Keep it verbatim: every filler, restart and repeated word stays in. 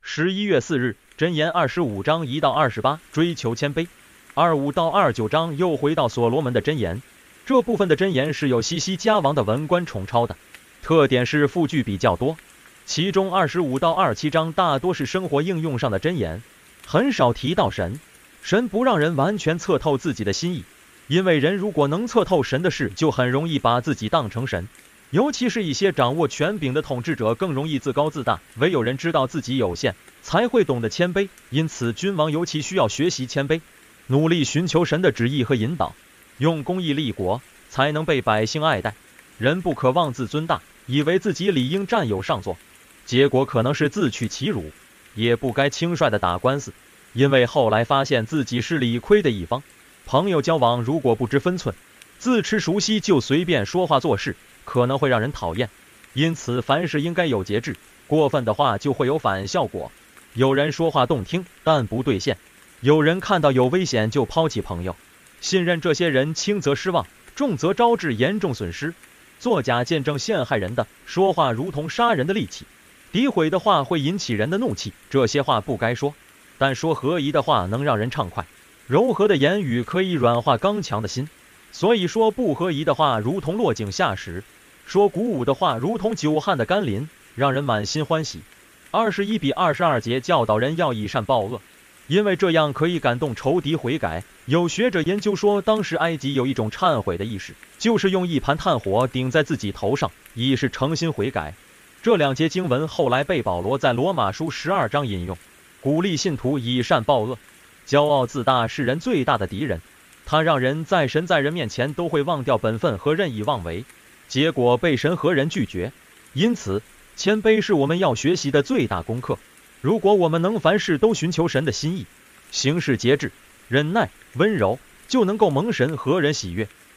十一月四日，箴言二十五章一到二十八，追求谦卑。二五到二九章又回到所罗门的箴言，这部分的箴言是有西西家王的文官重抄的，特点是复句比较多。其中二十五到二七章大多是生活应用上的箴言，很少提到神。神不让人完全测透自己的心意，因为人如果能测透神的事，就很容易把自己当成神。尤其是一些掌握权柄的统治者更容易自高自大，唯有人知道自己有限，才会懂得谦卑。因此君王尤其需要学习谦卑，努力寻求神的旨意和引导，用公义立国，才能被百姓爱戴。人不可妄自尊大，以为自己理应占有上座，结果可能是自取其辱。也不该轻率地打官司，因为后来发现自己是理亏的一方。朋友交往如果不知分寸，自吃熟悉就随便说话做事，可能会让人讨厌。因此凡事应该有节制，过分的话就会有反效果。有人说话动听，但不兑现；有人看到有危险就抛弃朋友。信任这些人，轻则失望，重则招致严重损失。作假见证陷害人的，说话如同杀人的利器。诋毁的话会引起人的怒气，这些话不该说。但说合宜的话能让人畅快，柔和的言语可以软化刚强的心。所以说不合宜的话如同落井下石，说鼓舞的话如同久旱的甘霖，让人满心欢喜。二十一比二十二节教导人要以善报恶，因为这样可以感动仇敌悔改。有学者研究说，当时埃及有一种忏悔的意识，就是用一盘炭火顶在自己头上，以示诚心悔改。这两节经文后来被保罗在罗马书十二章引用，鼓励信徒以善报恶。骄傲自大是人最大的敌人，他让人在神在人面前都会忘掉本分和任意妄为，结果被神和人拒绝。因此谦卑是我们要学习的最大功课。如果我们能凡事都寻求神的心意，行事节制、忍耐、温柔，就能够蒙神和人喜悦。